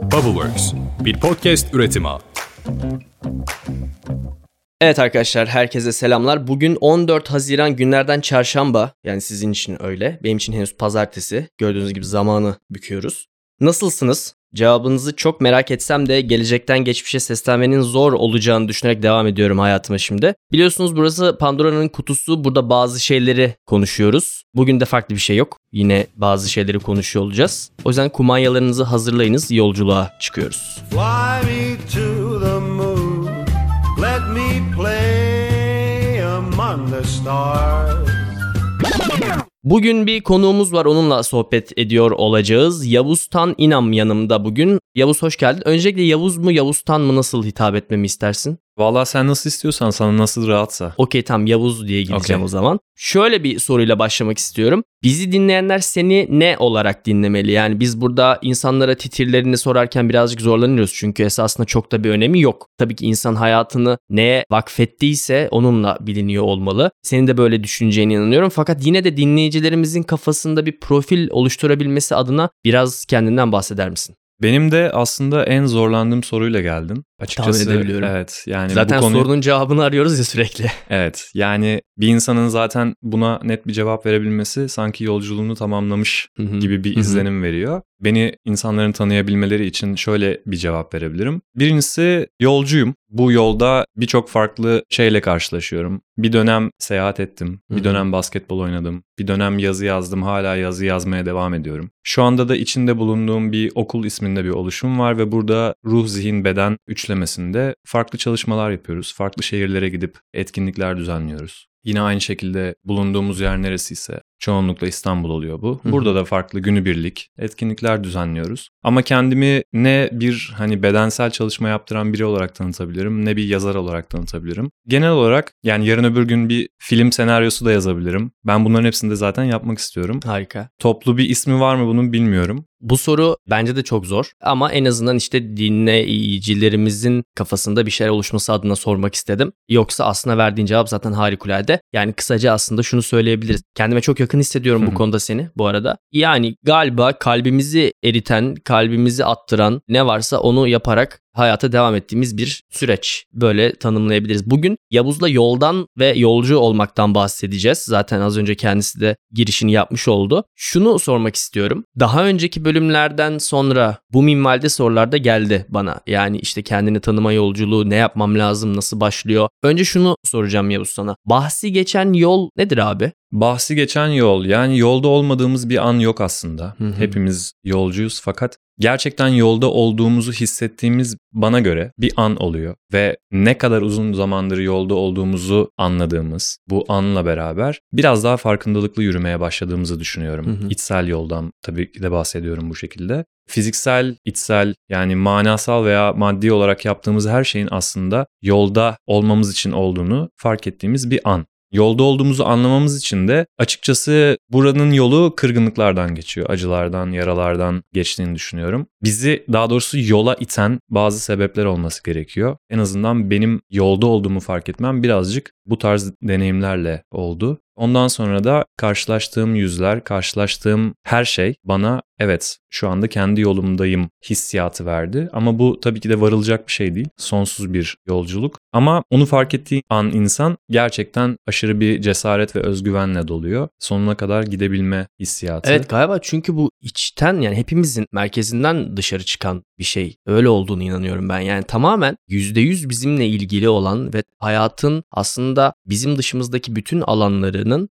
Bubbleworks, bir podcast üretimi. Evet arkadaşlar, herkese selamlar. Bugün 14 Haziran günlerden çarşamba. Yani sizin için öyle. Benim için henüz pazartesi. Gördüğünüz gibi zamanı büküyoruz. Nasılsınız? Cevabınızı çok merak etsem de gelecekten geçmişe seslenmenin zor olacağını düşünerek devam ediyorum hayatıma şimdi. Biliyorsunuz burası Pandora'nın kutusu. Burada bazı şeyleri konuşuyoruz. Bugün de farklı bir şey yok. Yine bazı şeyleri konuşuyor olacağız. O yüzden kumanyalarınızı hazırlayınız. Yolculuğa çıkıyoruz. Fly me to the moon. Let me play among the stars. Bugün bir konuğumuz var, onunla sohbet ediyor olacağız. Yavuz Tan İnam yanımda bugün. Yavuz hoş geldin. Öncelikle Yavuz mu Yavuz Tan mı, nasıl hitap etmemi istersin? Vallahi sen nasıl istiyorsan, sana nasıl rahatsa. Okey, tamam, Yavuz diye gideceğim Okay. o zaman. Şöyle bir soruyla başlamak istiyorum. Bizi dinleyenler seni ne olarak dinlemeli? Yani biz burada insanlara titirlerini sorarken birazcık zorlanıyoruz. Çünkü esasında çok da bir önemi yok. Tabii ki insan hayatını neye vakfettiyse onunla biliniyor olmalı. Senin de böyle düşüneceğine inanıyorum. Fakat yine de dinleyicilerimizin kafasında bir profil oluşturabilmesi adına biraz kendinden bahseder misin? Benim de aslında en zorlandığım soruyla geldin. Açıkçası Tahmin edebiliyorum. evet, yani Zaten bu sorunun cevabını arıyoruz ya sürekli. Evet, yani bir insanın zaten buna net bir cevap verebilmesi sanki yolculuğunu tamamlamış gibi bir izlenim veriyor. Beni insanların tanıyabilmeleri için şöyle bir cevap verebilirim. Birincisi, yolcuyum. Bu yolda birçok farklı şeyle karşılaşıyorum. Bir dönem seyahat ettim, bir dönem basketbol oynadım, bir dönem yazı yazdım, hala yazı yazmaya devam ediyorum. Şu anda da içinde bulunduğum bir okul isminde bir oluşum var ve burada ruh, zihin, beden üçlemesinde farklı çalışmalar yapıyoruz. Farklı şehirlere gidip etkinlikler düzenliyoruz. Yine aynı şekilde bulunduğumuz yer neresiyse çoğunlukla İstanbul oluyor bu. Burada da farklı günübirlik etkinlikler düzenliyoruz. Ama kendimi ne bir bedensel çalışma yaptıran biri olarak tanıtabilirim, ne bir yazar olarak tanıtabilirim. Genel olarak yani yarın öbür gün bir film senaryosu da yazabilirim. Ben bunların hepsini de zaten yapmak istiyorum. Harika. Toplu bir ismi var mı bunun bilmiyorum. Bu soru bence de çok zor ama en azından işte dinleyicilerimizin kafasında bir şeyler oluşması adına sormak istedim. Yoksa aslında verdiğin cevap zaten harikulade. Yani kısaca aslında şunu söyleyebiliriz. Kendime çok yakın hissediyorum bu konuda seni bu arada. Yani galiba kalbimizi eriten, kalbimizi attıran ne varsa onu yaparak hayata devam ettiğimiz bir süreç. Böyle tanımlayabiliriz. Bugün Yavuz'la yoldan ve yolcu olmaktan bahsedeceğiz. Zaten az önce kendisi de girişini yapmış oldu. Şunu sormak istiyorum. Daha önceki bölümlerden sonra bu minvalde sorular da geldi bana. Yani işte kendini tanıma yolculuğu, ne yapmam lazım, nasıl başlıyor? Önce şunu soracağım Yavuz sana. Bahsi geçen yol nedir abi? Bahsi geçen yol, yani yolda olmadığımız bir an yok aslında. Hepimiz yolcuyuz fakat gerçekten yolda olduğumuzu hissettiğimiz, bana göre bir an oluyor. Ve ne kadar uzun zamandır yolda olduğumuzu anladığımız bu anla beraber biraz daha farkındalıklı yürümeye başladığımızı düşünüyorum. İçsel yoldan tabii ki de bahsediyorum bu şekilde. Fiziksel, içsel, yani manasal veya maddi olarak yaptığımız her şeyin aslında yolda olmamız için olduğunu fark ettiğimiz bir an. Yolda olduğumuzu anlamamız için de açıkçası buranın yolu kırgınlıklardan geçiyor. Acılardan, yaralardan geçtiğini düşünüyorum. Bizi daha doğrusu yola iten bazı sebepler olması gerekiyor. En azından benim yolda olduğumu fark etmem birazcık bu tarz deneyimlerle oldu. Ondan sonra da karşılaştığım yüzler, karşılaştığım her şey bana evet şu anda kendi yolumdayım hissiyatı verdi. Ama bu tabii ki de varılacak bir şey değil. Sonsuz bir yolculuk. Ama onu fark ettiği an insan gerçekten aşırı bir cesaret ve özgüvenle doluyor. Sonuna kadar gidebilme hissiyatı. Evet galiba, çünkü bu içten, yani hepimizin merkezinden dışarı çıkan bir şey. Öyle olduğunu inanıyorum ben. Yani tamamen %100 bizimle ilgili olan ve hayatın aslında bizim dışımızdaki bütün alanlarının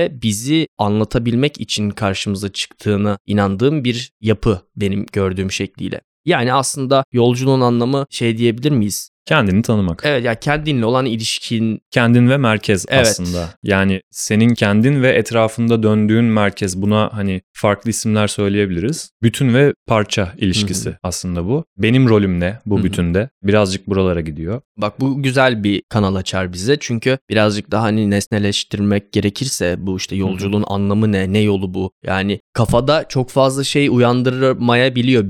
bizi anlatabilmek için karşımıza çıktığına inandığım bir yapı benim gördüğüm şekliyle. Yani aslında yolculuğun anlamı diyebilir miyiz? Kendini tanımak. Evet, ya kendinle olan ilişkin. Kendin ve merkez Evet. aslında. Yani senin kendin ve etrafında döndüğün merkez. Buna farklı isimler söyleyebiliriz. Bütün ve parça ilişkisi aslında bu. Benim rolüm ne bu bütünde? Birazcık buralara gidiyor. Bak, bu güzel bir kanal açar bize. Çünkü birazcık daha nesneleştirmek gerekirse bu işte yolculuğun anlamı ne yolu bu? Yani kafada çok fazla şey uyandırmayabiliyor biz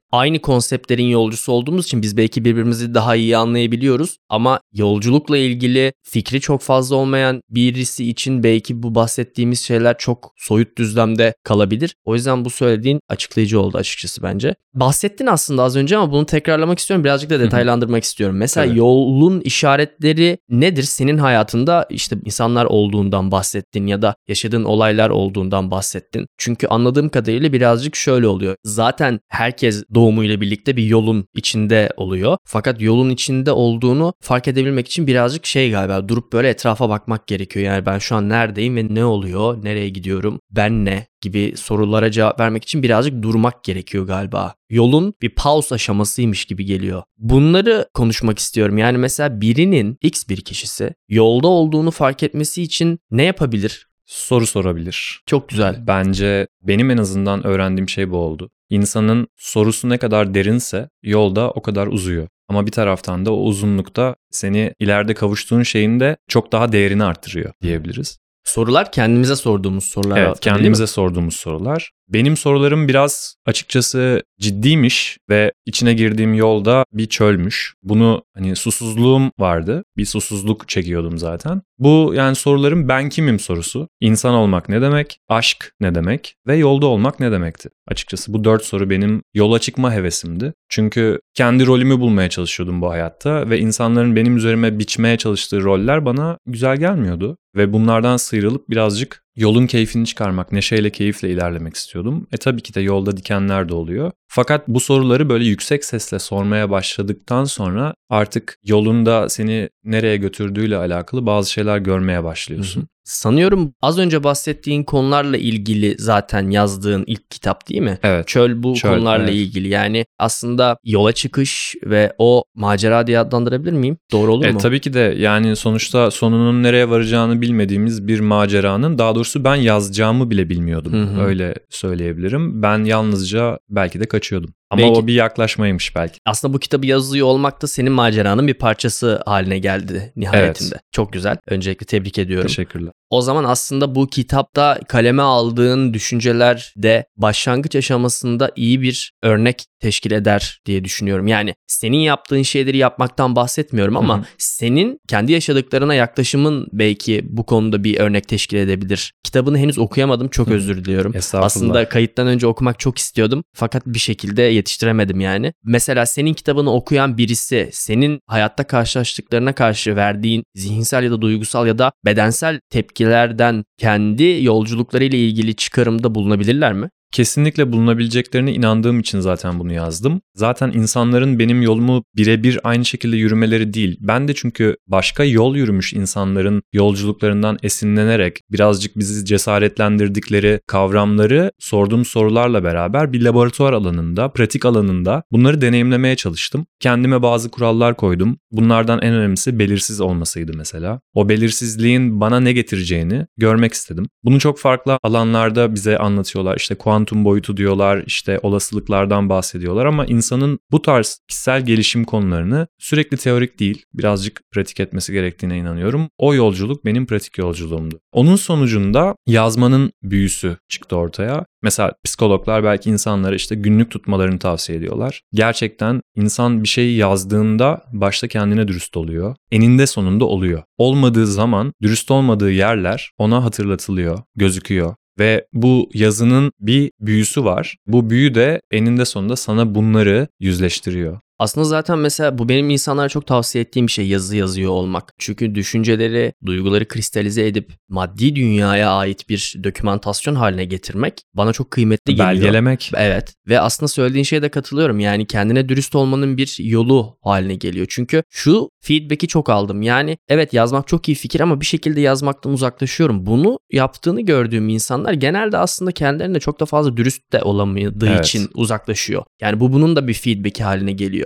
aynı konseptlerin yolcusu olduğumuz için biz belki birbirimizi daha iyi anlayabiliyoruz. Ama yolculukla ilgili fikri çok fazla olmayan birisi için belki bu bahsettiğimiz şeyler çok soyut düzlemde kalabilir. O yüzden bu söylediğin açıklayıcı oldu açıkçası bence. Bahsettin aslında az önce ama bunu tekrarlamak istiyorum. Birazcık da detaylandırmak istiyorum. Mesela Evet. yolun işaretleri nedir? Senin hayatında işte insanlar olduğundan bahsettin ya da yaşadığın olaylar olduğundan bahsettin. Çünkü anladığım kadarıyla birazcık şöyle oluyor. Zaten herkes doğumuyla birlikte bir yolun içinde oluyor. Fakat yolun içinde olduğunu fark edebilmek için birazcık galiba durup böyle etrafa bakmak gerekiyor. Yani ben şu an neredeyim ve ne oluyor? Nereye gidiyorum? Ben ne? Gibi sorulara cevap vermek için birazcık durmak gerekiyor galiba. Yolun bir pause aşamasıymış gibi geliyor. Bunları konuşmak istiyorum. Yani mesela birinin X bir kişisi yolda olduğunu fark etmesi için ne yapabilir? Soru sorabilir. Çok güzel. Bence benim en azından öğrendiğim şey bu oldu. İnsanın sorusu ne kadar derinse yolda o kadar uzuyor. Ama bir taraftan da o uzunlukta seni ileride kavuştuğun şeyin de çok daha değerini artırıyor diyebiliriz. Sorular kendimize sorduğumuz sorular. Evet, kendimize sorduğumuz sorular. Benim sorularım biraz açıkçası ciddiymiş ve içine girdiğim yolda bir çölmüş. Bunu susuzluğum vardı. Bir susuzluk çekiyordum zaten. Bu yani sorularım ben kimim sorusu. İnsan olmak ne demek? Aşk ne demek? Ve yolda olmak ne demekti? Açıkçası bu 4 soru benim yola çıkma hevesimdi. Çünkü kendi rolümü bulmaya çalışıyordum bu hayatta ve insanların benim üzerime biçmeye çalıştığı roller bana güzel gelmiyordu. Ve bunlardan sıyrılıp birazcık yolun keyfini çıkarmak, neşeyle, keyifle ilerlemek istiyordum. Tabii ki de yolda dikenler de oluyor. Fakat bu soruları böyle yüksek sesle sormaya başladıktan sonra artık yolun da seni nereye götürdüğüyle alakalı bazı şeyler görmeye başlıyorsun. Hı-hı. Sanıyorum az önce bahsettiğin konularla ilgili zaten yazdığın ilk kitap değil mi? Evet. Çöl konularla evet. ilgili. Yani aslında yola çıkış ve o macera diye adlandırabilir miyim? Doğru olur mu? Tabii ki de yani sonuçta sonunun nereye varacağını bilmediğimiz bir maceranın, daha doğrusu ben yazacağımı bile bilmiyordum. Hı-hı. Öyle söyleyebilirim. Ben yalnızca belki de kaçıyordum. Ama belki, o bir yaklaşmaymış belki. Aslında bu kitabı yazıyor olmak da senin maceranın bir parçası haline geldi nihayetinde. Evet. Çok güzel. Öncelikle tebrik ediyorum. Teşekkürler. O zaman aslında bu kitapta kaleme aldığın düşünceler de başlangıç aşamasında iyi bir örnek teşkil eder diye düşünüyorum. Yani senin yaptığın şeyleri yapmaktan bahsetmiyorum ama senin kendi yaşadıklarına yaklaşımın belki bu konuda bir örnek teşkil edebilir. Kitabını henüz okuyamadım. Çok özür diliyorum. Aslında kayıttan önce okumak çok istiyordum. Fakat bir şekilde yetiştiremedim yani. Mesela senin kitabını okuyan birisi senin hayatta karşılaştıklarına karşı verdiğin zihinsel ya da duygusal ya da bedensel tepkilerden kendi yolculuklarıyla ilgili çıkarımda bulunabilirler mi? Kesinlikle bulunabileceklerine inandığım için zaten bunu yazdım. Zaten insanların benim yolumu birebir aynı şekilde yürümeleri değil. Ben de çünkü başka yol yürümüş insanların yolculuklarından esinlenerek birazcık bizi cesaretlendirdikleri kavramları sorduğum sorularla beraber bir laboratuvar alanında, pratik alanında bunları deneyimlemeye çalıştım. Kendime bazı kurallar koydum. Bunlardan en önemlisi belirsiz olmasıydı mesela. O belirsizliğin bana ne getireceğini görmek istedim. Bunu çok farklı alanlarda bize anlatıyorlar. İşte kuantum boyutu diyorlar, işte olasılıklardan bahsediyorlar ama insanın bu tarz kişisel gelişim konularını sürekli teorik değil, birazcık pratik etmesi gerektiğine inanıyorum. O yolculuk benim pratik yolculuğumdu. Onun sonucunda yazmanın büyüsü çıktı ortaya. Mesela psikologlar belki insanlara işte günlük tutmalarını tavsiye ediyorlar. Gerçekten insan bir şeyi yazdığında başta kendine dürüst oluyor. Eninde sonunda oluyor. Olmadığı zaman dürüst olmadığı yerler ona hatırlatılıyor, gözüküyor. Ve bu yazının bir büyüsü var. Bu büyü de eninde sonunda sana bunları yüzleştiriyor. Aslında zaten mesela bu benim insanlara çok tavsiye ettiğim bir şey, yazı yazıyor olmak. Çünkü düşünceleri, duyguları kristalize edip maddi dünyaya ait bir dokümantasyon haline getirmek bana çok kıymetli geliyor. Belgelemek. Evet ve aslında söylediğin şeye de katılıyorum. Yani kendine dürüst olmanın bir yolu haline geliyor. Çünkü şu feedback'i çok aldım. Yani evet yazmak çok iyi fikir ama bir şekilde yazmaktan uzaklaşıyorum. Bunu yaptığını gördüğüm insanlar genelde aslında kendilerine çok da fazla dürüst de olamadığı için uzaklaşıyor. Yani bu bunun da bir feedback'i haline geliyor.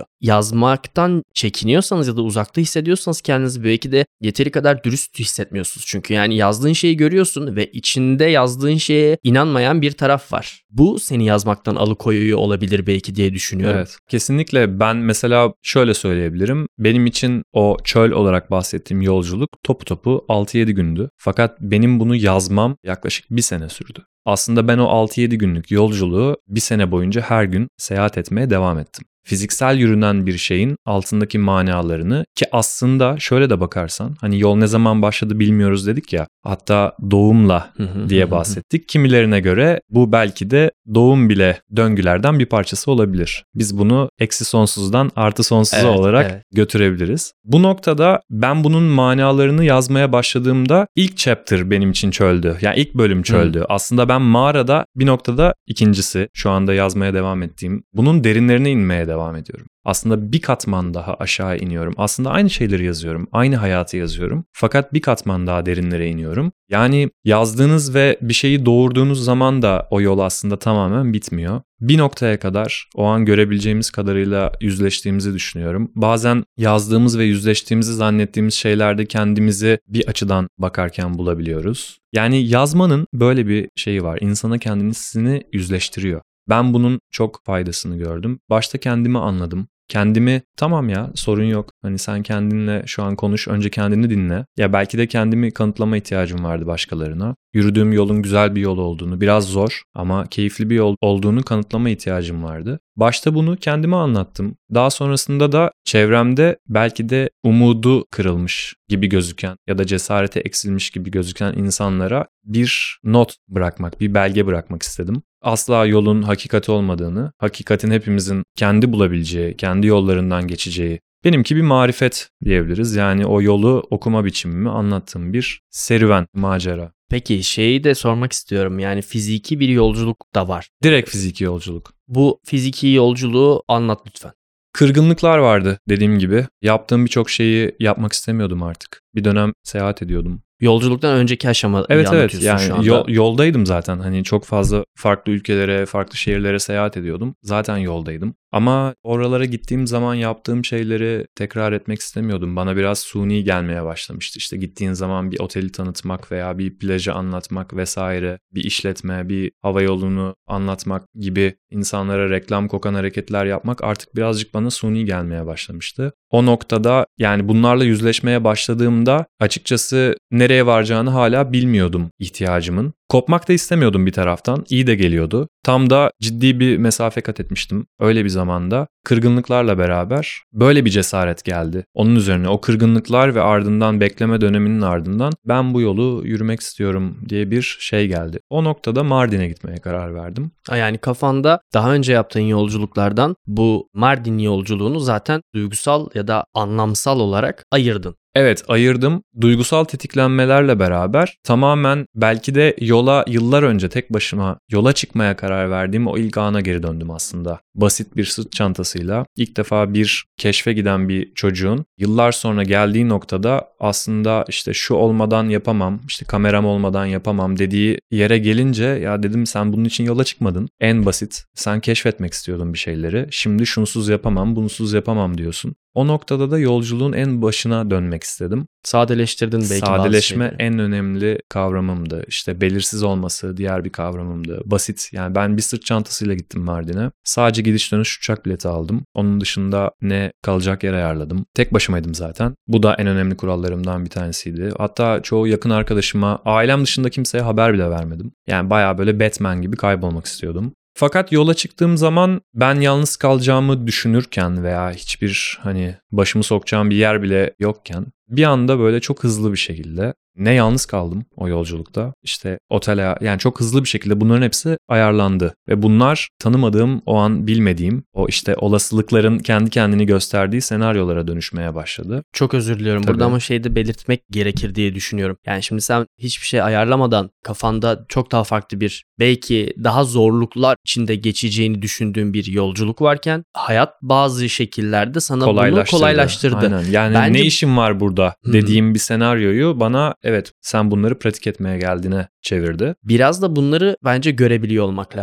oluyor. Yazmaktan çekiniyorsanız ya da uzakta hissediyorsanız kendinizi belki de yeteri kadar dürüst hissetmiyorsunuz. Çünkü yani yazdığın şeyi görüyorsun ve içinde yazdığın şeye inanmayan bir taraf var. Bu seni yazmaktan alıkoyuyor olabilir belki diye düşünüyorum. Evet, kesinlikle. Ben mesela şöyle söyleyebilirim. Benim için o çöl olarak bahsettiğim yolculuk topu 6-7 gündü. Fakat benim bunu yazmam yaklaşık 1 sene sürdü. Aslında ben o 6-7 günlük yolculuğu 1 sene boyunca her gün seyahat etmeye devam ettim. Fiziksel yürünen bir şeyin altındaki manalarını, ki aslında şöyle de bakarsan hani yol ne zaman başladı bilmiyoruz dedik ya, hatta doğumla diye bahsettik. Kimilerine göre bu belki de doğum bile döngülerden bir parçası olabilir. Biz bunu eksi sonsuzdan artı sonsuza olarak götürebiliriz. Bu noktada ben bunun manalarını yazmaya başladığımda ilk chapter benim için çöldü. Yani ilk bölüm çöldü. Aslında ben mağarada bir noktada, ikincisi şu anda yazmaya devam ettiğim, bunun derinlerine inmeye devam ediyorum. Aslında bir katman daha aşağı iniyorum. Aslında aynı şeyleri yazıyorum. Aynı hayatı yazıyorum. Fakat bir katman daha derinlere iniyorum. Yani yazdığınız ve bir şeyi doğurduğunuz zaman da o yol aslında tamamen bitmiyor. Bir noktaya kadar o an görebileceğimiz kadarıyla yüzleştiğimizi düşünüyorum. Bazen yazdığımız ve yüzleştiğimizi zannettiğimiz şeylerde kendimizi bir açıdan bakarken bulabiliyoruz. Yani yazmanın böyle bir şeyi var. İnsana kendisini yüzleştiriyor. Ben bunun çok faydasını gördüm. Başta kendimi anladım. Kendimi, tamam ya sorun yok. Hani sen kendinle şu an konuş, önce kendini dinle. Ya belki de kendimi kanıtlama ihtiyacım vardı başkalarına. Yürüdüğüm yolun güzel bir yol olduğunu, biraz zor ama keyifli bir yol olduğunu kanıtlama ihtiyacım vardı. Başta bunu kendime anlattım. Daha sonrasında da çevremde belki de umudu kırılmış gibi gözüken ya da cesareti eksilmiş gibi gözüken insanlara bir not bırakmak, bir belge bırakmak istedim. Asla yolun hakikati olmadığını, hakikatin hepimizin kendi bulabileceği, kendi yollarından geçeceği, benimki bir marifet diyebiliriz. Yani o yolu okuma biçimimi anlattığım bir serüven, macera. Peki şeyi de sormak istiyorum, yani fiziki bir yolculuk da var. Direkt fiziki yolculuk. Bu fiziki yolculuğu anlat lütfen. Kırgınlıklar vardı dediğim gibi. Yaptığım birçok şeyi yapmak istemiyordum artık. Bir dönem seyahat ediyordum. Yolculuktan önceki aşamayı anlatıyorsun yani şu anda. Yoldaydım zaten. Hani çok fazla farklı ülkelere, farklı şehirlere seyahat ediyordum. Zaten yoldaydım. Ama oralara gittiğim zaman yaptığım şeyleri tekrar etmek istemiyordum. Bana biraz suni gelmeye başlamıştı. İşte gittiğin zaman bir oteli tanıtmak veya bir plajı anlatmak vesaire, bir işletme, bir havayolunu anlatmak gibi insanlara reklam kokan hareketler yapmak artık birazcık bana suni gelmeye başlamıştı. O noktada yani bunlarla yüzleşmeye başladığımda açıkçası nereye varacağını hala bilmiyordum ihtiyacımın. Kopmak da istemiyordum bir taraftan. İyi de geliyordu. Tam da ciddi bir mesafe kat etmiştim. Öyle bir zamanda kırgınlıklarla beraber böyle bir cesaret geldi. Onun üzerine o kırgınlıklar ve ardından bekleme döneminin ardından ben bu yolu yürümek istiyorum diye bir şey geldi. O noktada Mardin'e gitmeye karar verdim. Yani kafanda daha önce yaptığın yolculuklardan bu Mardin yolculuğunu zaten duygusal ya da anlamsal olarak ayırdın. Evet, ayırdım. Duygusal tetiklenmelerle beraber tamamen belki de yola yıllar önce tek başıma yola çıkmaya karar verdiğim o ilk ana geri döndüm aslında. Basit bir sırt çantasıyla ilk defa bir keşfe giden bir çocuğun yıllar sonra geldiği noktada aslında işte şu olmadan yapamam, işte kameram olmadan yapamam dediği yere gelince ya dedim sen bunun için yola çıkmadın. En basit, sen keşfetmek istiyordun bir şeyleri. Şimdi şunsuz yapamam, bunsuz yapamam diyorsun. O noktada da yolculuğun en başına dönmek istedim. Sadeleştirdin belki bazı Sadeleşme şeyleri. en önemli kavramımdı. İşte belirsiz olması diğer bir kavramımdı. Basit, yani ben bir sırt çantasıyla gittim Mardin'e. Sadece gidiş dönüş uçak bileti aldım. Onun dışında ne kalacak yer ayarladım. Tek başımaydım zaten. Bu da en önemli kurallarımdan bir tanesiydi. Hatta çoğu yakın arkadaşıma, ailem dışında kimseye haber bile vermedim. Yani bayağı böyle Batman gibi kaybolmak istiyordum. Fakat yola çıktığım zaman ben yalnız kalacağımı düşünürken veya hiçbir hani başımı sokacağım bir yer bile yokken bir anda böyle çok hızlı bir şekilde ne yalnız kaldım o yolculukta. İşte otele, yani çok hızlı bir şekilde bunların hepsi ayarlandı. Ve bunlar tanımadığım, o an bilmediğim, o işte olasılıkların kendi kendini gösterdiği senaryolara dönüşmeye başladı. Çok özür diliyorum. Tabii. Burada ama şeyi de belirtmek gerekir diye düşünüyorum. Yani şimdi sen hiçbir şey ayarlamadan kafanda çok daha farklı bir, belki daha zorluklar içinde geçeceğini düşündüğün bir yolculuk varken hayat bazı şekillerde sana bunu kolaylaştırdı. Aynen. Yani Bence ne işin var burada dediğim bir senaryoyu bana evet sen bunları pratik etmeye geldiğine çevirdi. biraz da bunları bence görebiliyor olmak lazım.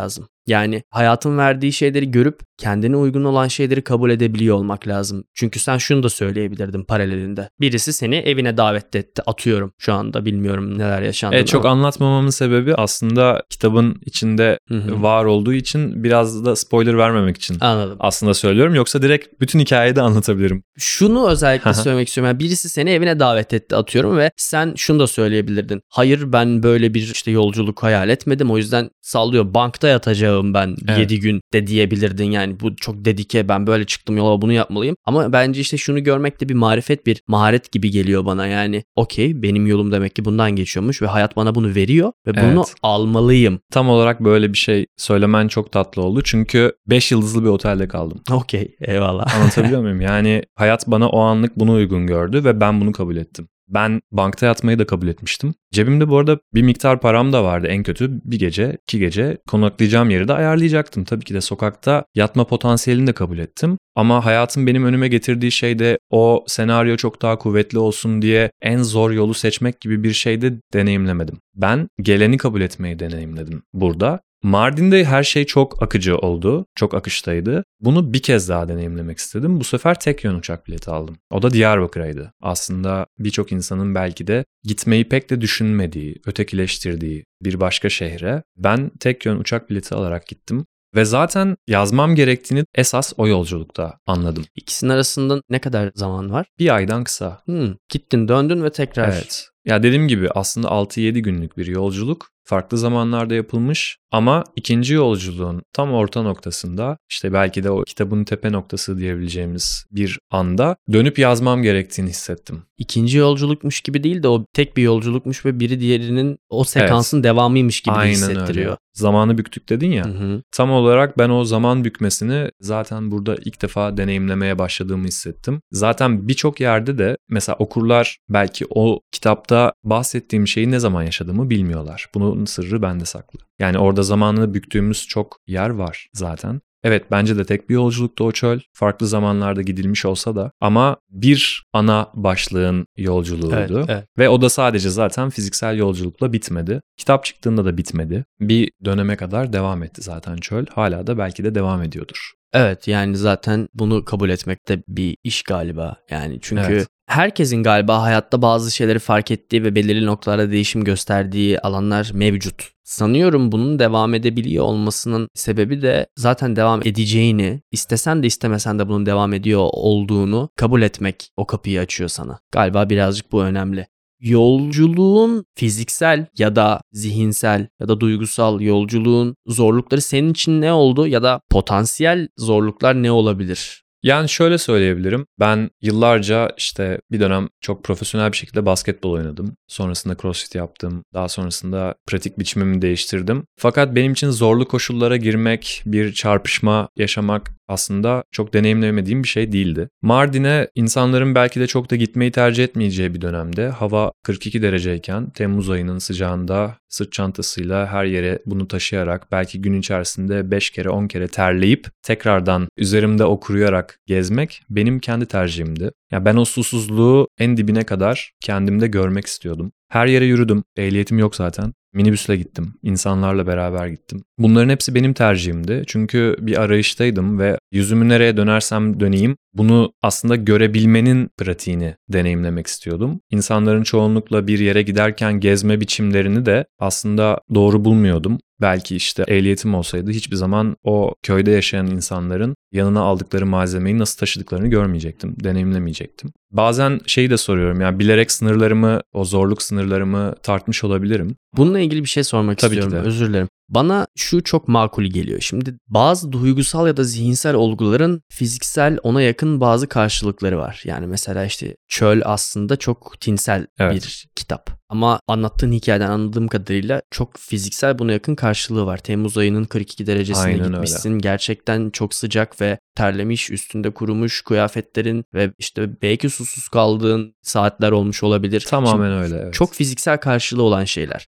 Yani hayatın verdiği şeyleri görüp kendine uygun olan şeyleri kabul edebiliyor olmak lazım. Çünkü sen şunu da söyleyebilirdin paralelinde. Birisi seni evine davet etti. Atıyorum şu anda bilmiyorum neler yaşandığını. Çok anlatmamamın sebebi aslında kitabın içinde var olduğu için biraz da spoiler vermemek için. Anladım. Aslında söylüyorum. Yoksa direkt bütün hikayeyi de anlatabilirim. Şunu özellikle söylemek istiyorum. Yani birisi seni evine davet etti atıyorum ve sen şunu da söyleyebilirdin. Hayır ben böyle bir işte yolculuk hayal etmedim. O yüzden sallıyor bankta yatacağım ben 7 gün de diyebilirdin. Yani bu çok dedike, ben böyle çıktım yola bunu yapmalıyım. Ama bence işte şunu görmek de bir marifet, bir maharet gibi geliyor bana. Yani okey, benim yolum demek ki bundan geçiyormuş ve hayat bana bunu veriyor ve bunu almalıyım. Tam olarak böyle bir şey söylemen çok tatlı oldu. Çünkü 5 yıldızlı bir otelde kaldım. Okey, eyvallah. Anlatabiliyor muyum? Yani hayat bana o anlık bunu uygun gördü ve ben bunu kabul ettim. Ben bankta yatmayı da kabul etmiştim. Cebimde bu arada bir miktar param da vardı, en kötü bir gece, 2 gece konaklayacağım yeri de ayarlayacaktım. Tabii ki de sokakta yatma potansiyelini de kabul ettim. Ama hayatın benim önüme getirdiği şey de o senaryo çok daha kuvvetli olsun diye en zor yolu seçmek gibi bir şey de deneyimlemedim. Ben geleni kabul etmeyi deneyimledim burada. Mardin'de her şey çok akıcı oldu. Çok akıştaydı. Bunu bir kez daha deneyimlemek istedim. Bu sefer tek yön uçak bileti aldım. O da Diyarbakır'aydı. Aslında birçok insanın belki de gitmeyi pek de düşünmediği, ötekileştirdiği bir başka şehre ben tek yön uçak bileti alarak gittim. Ve zaten yazmam gerektiğini esas o yolculukta anladım. İkisinin arasında ne kadar zaman var? Bir aydan kısa. Gittin, döndün ve tekrar. Evet. Ya dediğim gibi aslında 6-7 günlük bir yolculuk. Farklı zamanlarda yapılmış ama ikinci yolculuğun tam orta noktasında, işte belki de o kitabın tepe noktası diyebileceğimiz bir anda dönüp yazmam gerektiğini hissettim. İkinci yolculukmuş gibi değil de o tek bir yolculukmuş ve biri diğerinin o sekansın devamıymış gibi hissettiriyor. Öyle. Zamanı büktük dedin ya. Tam olarak ben o zaman bükmesini zaten burada ilk defa deneyimlemeye başladığımı hissettim. Zaten birçok yerde de mesela okurlar belki o kitapta bahsettiğim şeyi ne zaman yaşadığımı bilmiyorlar. Bunun sırrı bende saklı. Yani orada zamanını büktüğümüz çok yer var zaten. Evet, bence de tek bir yolculukta o çöl. Farklı zamanlarda gidilmiş olsa da ama bir ana başlığın yolculuğuydu. Evet. Ve o da sadece zaten fiziksel yolculukla bitmedi. Kitap çıktığında da bitmedi. Bir döneme kadar devam etti zaten çöl. Hala da belki de devam ediyordur. Evet, yani zaten bunu kabul etmek de bir iş galiba. Yani çünkü herkesin galiba hayatta bazı şeyleri fark ettiği ve belirli noktalarda değişim gösterdiği alanlar mevcut. Sanıyorum bunun devam edebiliyor olmasının sebebi de zaten devam edeceğini, istesen de istemesen de bunun devam ediyor olduğunu kabul etmek o kapıyı açıyor sana. Galiba birazcık bu önemli. Yolculuğun fiziksel ya da zihinsel ya da duygusal yolculuğun zorlukları senin için ne oldu ya da potansiyel zorluklar ne olabilir? Yani şöyle söyleyebilirim. Ben yıllarca işte bir dönem çok profesyonel bir şekilde basketbol oynadım. Sonrasında crossfit yaptım. Daha sonrasında pratik biçimimi değiştirdim. Fakat benim için zorlu koşullara girmek, bir çarpışma yaşamak aslında çok deneyimlemediğim bir şey değildi. Mardin'e insanların belki de çok da gitmeyi tercih etmeyeceği bir dönemde hava 42 dereceyken Temmuz ayının sıcağında sırt çantasıyla her yere bunu taşıyarak belki gün içerisinde 5 kere 10 kere terleyip tekrardan üzerimde o kuruyarak gezmek benim kendi tercihimdi. Ya ben o susuzluğu en dibine kadar kendimde görmek istiyordum. Her yere yürüdüm. Ehliyetim yok zaten. Minibüsle gittim. İnsanlarla beraber gittim. Bunların hepsi benim tercihimdi. Çünkü bir arayıştaydım ve yüzümü nereye dönersem döneyim bunu aslında görebilmenin pratiğini deneyimlemek istiyordum. İnsanların çoğunlukla bir yere giderken gezme biçimlerini de aslında doğru bulmuyordum. Belki işte ehliyetim olsaydı hiçbir zaman o köyde yaşayan insanların yanına aldıkları malzemeyi nasıl taşıdıklarını görmeyecektim, deneyimlemeyecektim. Bazen şeyi de soruyorum, yani bilerek sınırlarımı, o zorluk sınırlarımı tartmış olabilirim. Bununla ilgili bir şey sormak istiyorum. Özür dilerim. Bana şu çok makul geliyor. Şimdi bazı duygusal ya da zihinsel olguların fiziksel ona yakın bazı karşılıkları var. Yani mesela işte çöl aslında çok tinsel bir kitap. Ama anlattığın hikayeden anladığım kadarıyla çok fiziksel buna yakın karşılığı var. Temmuz ayının 42 derecesine aynen gitmişsin. Öyle. Gerçekten çok sıcak ve terlemiş, üstünde kurumuş kıyafetlerin ve işte belki susuz kaldığın saatler olmuş olabilir. Tamamen öyle. Evet. Çok fiziksel karşılığı olan şeyler.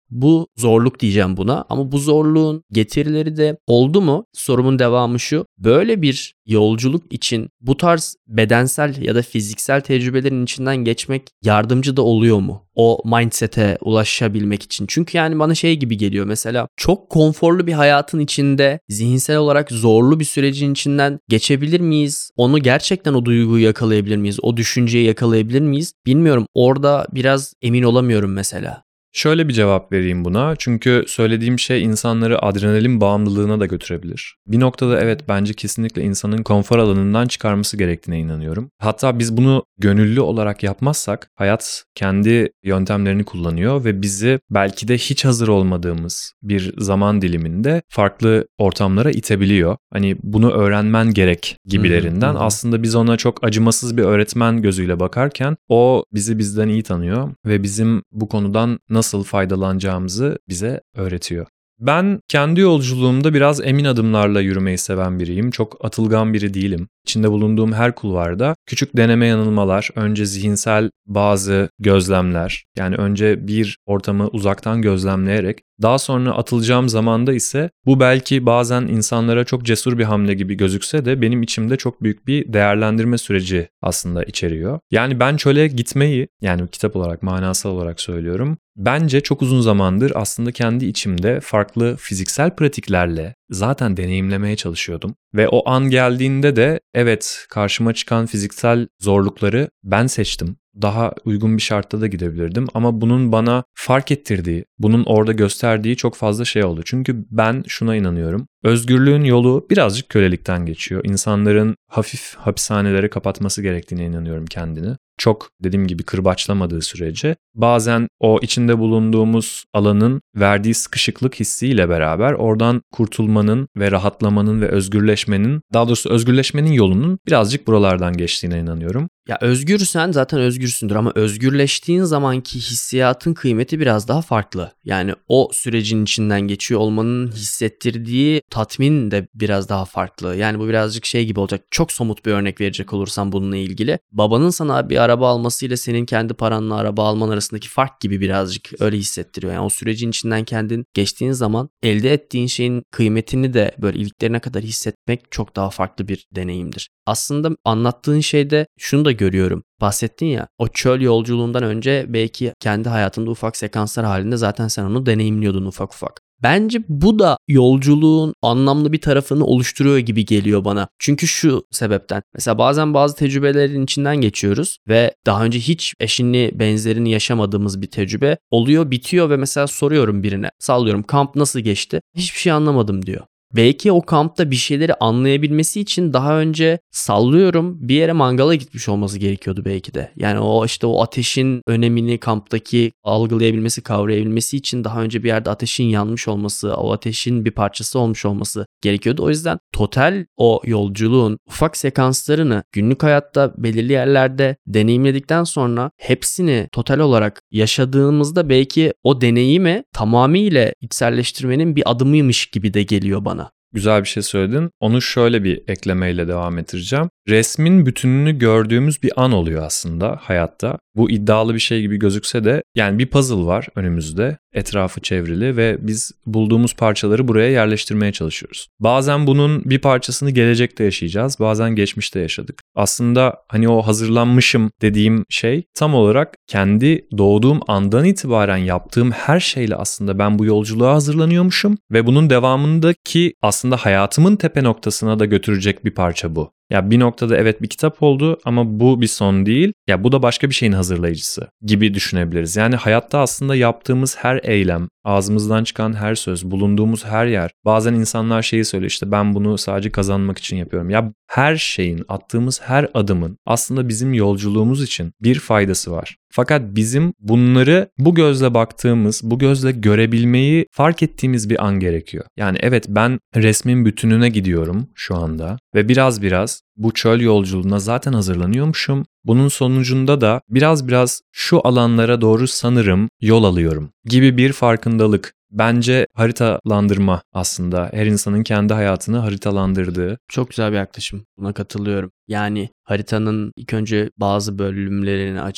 Bu zorluk diyeceğim buna ama bu zorluğun getirileri de oldu mu? Sorumun devamı şu. Böyle bir yolculuk için bu tarz bedensel ya da fiziksel tecrübelerin içinden geçmek yardımcı da oluyor mu? O mindset'e ulaşabilmek için. Çünkü yani bana şey gibi geliyor mesela çok konforlu bir hayatın içinde zihinsel olarak zorlu bir sürecin içinden geçebilir miyiz? Onu gerçekten o duyguyu yakalayabilir miyiz? O düşünceyi yakalayabilir miyiz? Bilmiyorum. Orada biraz emin olamıyorum mesela. Şöyle bir cevap vereyim buna. Çünkü söylediğim şey insanları adrenalin bağımlılığına da götürebilir. Bir noktada evet bence kesinlikle insanın konfor alanından çıkarması gerektiğine inanıyorum. Hatta biz bunu gönüllü olarak yapmazsak hayat kendi yöntemlerini kullanıyor ve bizi belki de hiç hazır olmadığımız bir zaman diliminde farklı ortamlara itebiliyor. Hani bunu öğrenmen gerek gibilerinden. Aslında biz ona çok acımasız bir öğretmen gözüyle bakarken o bizi bizden iyi tanıyor ve bizim bu konudan nasıl faydalanacağımızı bize öğretiyor. Ben kendi yolculuğumda biraz emin adımlarla yürümeyi seven biriyim. Çok atılgan biri değilim. İçinde bulunduğum her kulvarda küçük deneme yanılmalar, önce zihinsel bazı gözlemler, yani önce bir ortamı uzaktan gözlemleyerek daha sonra atılacağım zamanda ise bu belki bazen insanlara çok cesur bir hamle gibi gözükse de benim içimde çok büyük bir değerlendirme süreci aslında içeriyor. Yani ben çöle gitmeyi, yani kitap olarak, manasal olarak söylüyorum, bence çok uzun zamandır aslında kendi içimde farklı fiziksel pratiklerle zaten deneyimlemeye çalışıyordum. Ve o an geldiğinde de evet karşıma çıkan fiziksel zorlukları ben seçtim. Daha uygun bir şartta da gidebilirdim ama bunun bana fark ettirdiği, bunun orada gösterdiği çok fazla şey oldu. Çünkü ben şuna inanıyorum. Özgürlüğün yolu birazcık kölelikten geçiyor. İnsanların hafif hapishanelere kapatması gerektiğine inanıyorum kendini. Çok dediğim gibi kırbaçlamadığı sürece bazen o içinde bulunduğumuz alanın verdiği sıkışıklık hissiyle beraber oradan kurtulmanın ve rahatlamanın ve özgürleşmenin, daha doğrusu özgürleşmenin yolunun birazcık buralardan geçtiğine inanıyorum. Ya özgürsen zaten özgürsündür ama özgürleştiğin zamanki hissiyatın kıymeti biraz daha farklı. Yani o sürecin içinden geçiyor olmanın hissettirdiği tatmin de biraz daha farklı. Yani bu birazcık şey gibi olacak. Çok somut bir örnek verecek olursam bununla ilgili. Babanın sana bir araba almasıyla senin kendi paranla araba alman arasındaki fark gibi birazcık öyle hissettiriyor. Yani o sürecin içinden kendin geçtiğin zaman elde ettiğin şeyin kıymetini de böyle iliklerine kadar hissetmek çok daha farklı bir deneyimdir. Aslında anlattığın şeyde şunu da görüyorum. Bahsettin ya, o çöl yolculuğundan önce belki kendi hayatında ufak sekanslar halinde zaten sen onu deneyimliyordun ufak ufak. Bence bu da yolculuğun anlamlı bir tarafını oluşturuyor gibi geliyor bana. Çünkü şu sebepten. Mesela bazen bazı tecrübelerin içinden geçiyoruz ve daha önce hiç eşini benzerini yaşamadığımız bir tecrübe oluyor, bitiyor ve mesela soruyorum birine. Sallıyorum, kamp nasıl geçti? Hiçbir şey anlamadım diyor. Belki o kampta bir şeyleri anlayabilmesi için daha önce sallıyorum bir yere mangala gitmiş olması gerekiyordu belki de. Yani o işte o ateşin önemini kamptaki algılayabilmesi, kavrayabilmesi için daha önce bir yerde ateşin yanmış olması, o ateşin bir parçası olmuş olması gerekiyordu. O yüzden total o yolculuğun ufak sekanslarını günlük hayatta belirli yerlerde deneyimledikten sonra hepsini total olarak yaşadığımızda belki o deneyimi tamamıyla içselleştirmenin bir adımıymış gibi de geliyor bana. Güzel bir şey söyledin. Onu şöyle bir eklemeyle devam ettireceğim. Resmin bütününü gördüğümüz bir an oluyor aslında hayatta. Bu iddialı bir şey gibi gözükse de yani bir puzzle var önümüzde, etrafı çevrili ve biz bulduğumuz parçaları buraya yerleştirmeye çalışıyoruz. Bazen bunun bir parçasını gelecekte yaşayacağız, bazen geçmişte yaşadık. Aslında hani o hazırlanmışım dediğim şey tam olarak kendi doğduğum andan itibaren yaptığım her şeyle aslında ben bu yolculuğa hazırlanıyormuşum ve bunun devamındaki aslında hayatımın tepe noktasına da götürecek bir parça bu. Ya bir noktada evet bir kitap oldu ama bu bir son değil. Ya bu da başka bir şeyin hazırlayıcısı gibi düşünebiliriz. Yani hayatta aslında yaptığımız her eylem, ağzımızdan çıkan her söz, bulunduğumuz her yer. Bazen insanlar şeyi söylüyor, işte ben bunu sadece kazanmak için yapıyorum. Ya her şeyin, attığımız her adımın aslında bizim yolculuğumuz için bir faydası var. Fakat bizim bunları bu gözle baktığımız, bu gözle görebilmeyi fark ettiğimiz bir an gerekiyor. Yani evet ben resmin bütününe gidiyorum şu anda ve biraz bu çöl yolculuğuna zaten hazırlanıyormuşum. Bunun sonucunda da biraz şu alanlara doğru sanırım yol alıyorum gibi bir farkındalık. Bence haritalandırma aslında her insanın kendi hayatını haritalandırdığı. Çok güzel bir yaklaşım. Buna katılıyorum. Yani haritanın ilk önce bazı bölümlerini açıp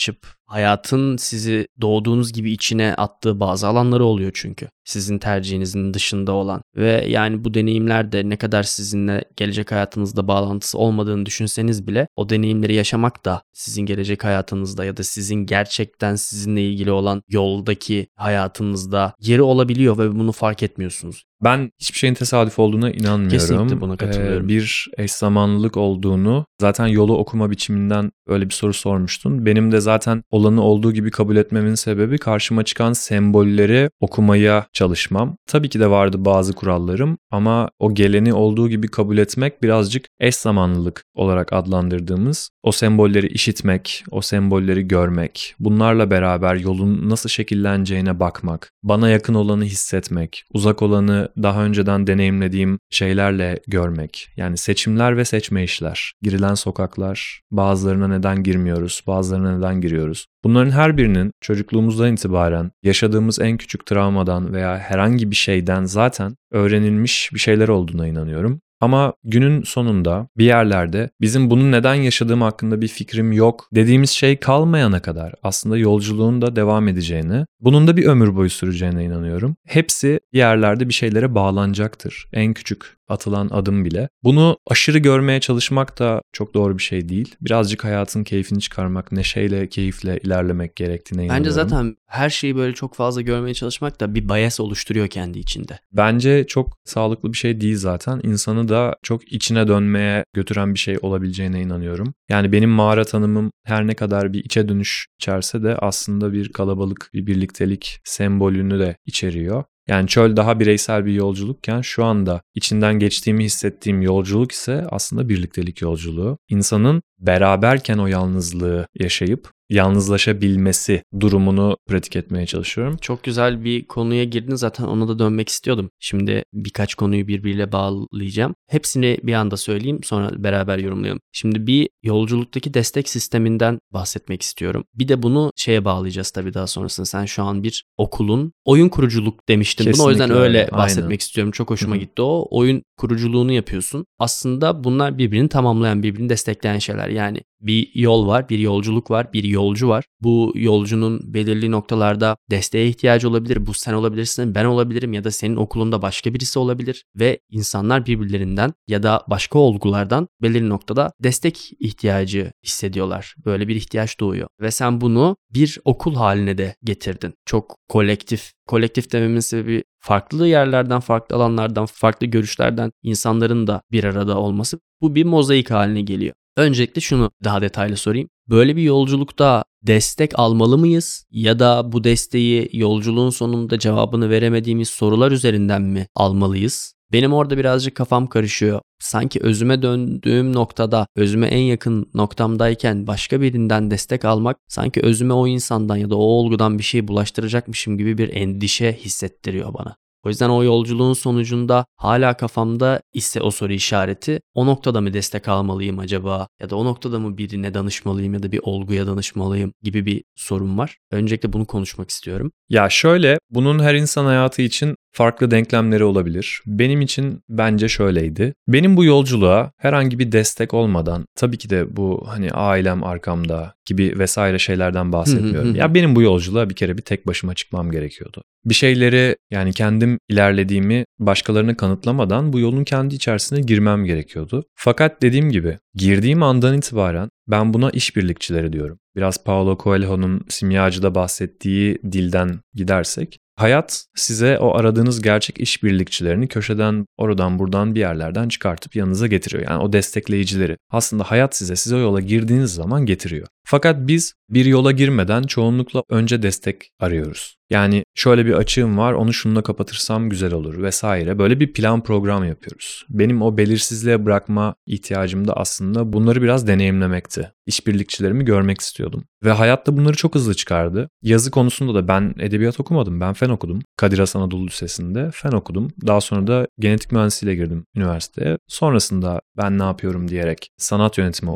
hayatın sizi doğduğunuz gibi içine attığı bazı alanları oluyor çünkü. Sizin tercihinizin dışında olan ve yani bu deneyimler de ne kadar sizinle gelecek hayatınızda bağlantısı olmadığını düşünseniz bile o deneyimleri yaşamak da sizin gelecek hayatınızda ya da sizin gerçekten sizinle ilgili olan yoldaki hayatınızda yeri olabiliyor ve bunu fark etmiyorsunuz. Ben hiçbir şeyin tesadüf olduğuna inanmıyorum. Kesinlikle buna katılıyorum. Bir eş zamanlılık olduğunu zaten yolu okuma biçiminden öyle bir soru sormuştun. Benim de zaten olanı olduğu gibi kabul etmemin sebebi karşıma çıkan sembolleri okumaya çalışmam. Tabii ki de vardı bazı kurallarım ama o geleni olduğu gibi kabul etmek birazcık eş zamanlılık olarak adlandırdığımız o sembolleri işitmek, o sembolleri görmek, bunlarla beraber yolun nasıl şekilleneceğine bakmak, bana yakın olanı hissetmek, uzak olanı daha önceden deneyimlediğim şeylerle görmek. Yani seçimler ve seçme işler, girilen sokaklar, bazılarına neden girmiyoruz, bazılarına neden giriyoruz. Bunların her birinin çocukluğumuzdan itibaren yaşadığımız en küçük travmadan veya herhangi bir şeyden zaten öğrenilmiş bir şeyler olduğuna inanıyorum. Ama günün sonunda bir yerlerde bizim bunu neden yaşadığım hakkında bir fikrim yok dediğimiz şey kalmayana kadar aslında yolculuğun da devam edeceğine, bunun da bir ömür boyu süreceğine inanıyorum. Hepsi bir yerlerde bir şeylere bağlanacaktır. En küçük atılan adım bile. Bunu aşırı görmeye çalışmak da çok doğru bir şey değil. Birazcık hayatın keyfini çıkarmak, neşeyle, keyifle ilerlemek gerektiğine inanıyorum. Bence zaten her şeyi böyle çok fazla görmeye çalışmak da bir bias oluşturuyor kendi içinde. Bence çok sağlıklı bir şey değil zaten. İnsanı da çok içine dönmeye götüren bir şey olabileceğine inanıyorum. Yani benim mağara tanımım her ne kadar bir içe dönüş içerse de aslında bir kalabalık, bir birliktelik sembolünü de içeriyor. Yani çöl daha bireysel bir yolculukken şu anda içinden geçtiğimi hissettiğim yolculuk ise aslında birliktelik yolculuğu. İnsanın beraberken o yalnızlığı yaşayıp yalnızlaşabilmesi durumunu pratik etmeye çalışıyorum. Çok güzel bir konuya girdin, zaten ona da dönmek istiyordum. Şimdi birkaç konuyu birbiriyle bağlayacağım. Hepsini bir anda söyleyeyim, sonra beraber yorumlayalım. Şimdi bir yolculuktaki destek sisteminden bahsetmek istiyorum. Bir de bunu şeye bağlayacağız tabii daha sonrasında. Sen şu an bir okulun oyun kuruculuk demiştin. Kesinlikle Bunu o yüzden öyle bahsetmek aynen istiyorum. Çok hoşuma gitti o. Oyun kuruculuğunu yapıyorsun. Aslında bunlar birbirini tamamlayan, birbirini destekleyen şeyler. Yani bir yol var, bir yolculuk var, bir yolcu var. Bu yolcunun belirli noktalarda desteğe ihtiyacı olabilir. Bu sen olabilirsin, ben olabilirim ya da senin okulunda başka birisi olabilir. Ve insanlar birbirlerinden ya da başka olgulardan belirli noktada destek ihtiyacı hissediyorlar. Böyle bir ihtiyaç doğuyor. Ve sen bunu bir okul haline de getirdin. Çok kolektif. Kolektif dememin sebebi farklı yerlerden, farklı alanlardan, farklı görüşlerden insanların da bir arada olması. Bu bir mozaik haline geliyor. Öncelikle şunu daha detaylı sorayım. Böyle bir yolculukta destek almalı mıyız? Ya da bu desteği yolculuğun sonunda cevabını veremediğimiz sorular üzerinden mi almalıyız? Benim orada birazcık kafam karışıyor. Sanki özüme döndüğüm noktada, özüme en yakın noktamdayken başka birinden destek almak sanki özüme o insandan ya da o olgudan bir şey bulaştıracakmışım gibi bir endişe hissettiriyor bana. O yüzden o yolculuğun sonucunda hala kafamda ise o soru işareti, o noktada mı destek almalıyım acaba? Ya da o noktada mı birine danışmalıyım ya da bir olguya danışmalıyım gibi bir sorun var. Öncelikle bunu konuşmak istiyorum. Ya şöyle, bunun her insan hayatı için farklı denklemleri olabilir. Benim için bence şöyleydi. Benim bu yolculuğa herhangi bir destek olmadan, tabii ki de bu hani ailem arkamda gibi vesaire şeylerden bahsetmiyorum. Ya benim bu yolculuğa bir kere bir tek başıma çıkmam gerekiyordu. Bir şeyleri, yani kendim ilerlediğimi başkalarına kanıtlamadan bu yolun kendi içerisine girmem gerekiyordu. Fakat dediğim gibi girdiğim andan itibaren ben buna işbirlikçileri diyorum. Biraz Paulo Coelho'nun Simyacı'da bahsettiği dilden gidersek, hayat size o aradığınız gerçek işbirlikçilerini köşeden, oradan buradan bir yerlerden çıkartıp yanınıza getiriyor. Yani o destekleyicileri. Aslında hayat size o yola girdiğiniz zaman getiriyor. Fakat biz bir yola girmeden çoğunlukla önce destek arıyoruz. Yani şöyle bir açığım var, onu şununla kapatırsam güzel olur vesaire. Böyle bir plan program yapıyoruz. Benim o belirsizliğe bırakma ihtiyacım da aslında bunları biraz deneyimlemekti. İşbirlikçilerimi görmek istiyordum. Ve hayatta bunları çok hızlı çıkardı. Yazı konusunda da ben edebiyat okumadım, ben fen okudum. Kadir Has Anadolu Lisesi'nde fen okudum. Daha sonra da genetik mühendisliğiyle girdim üniversiteye. Sonrasında ben ne yapıyorum diyerek sanat yönetimi okudum.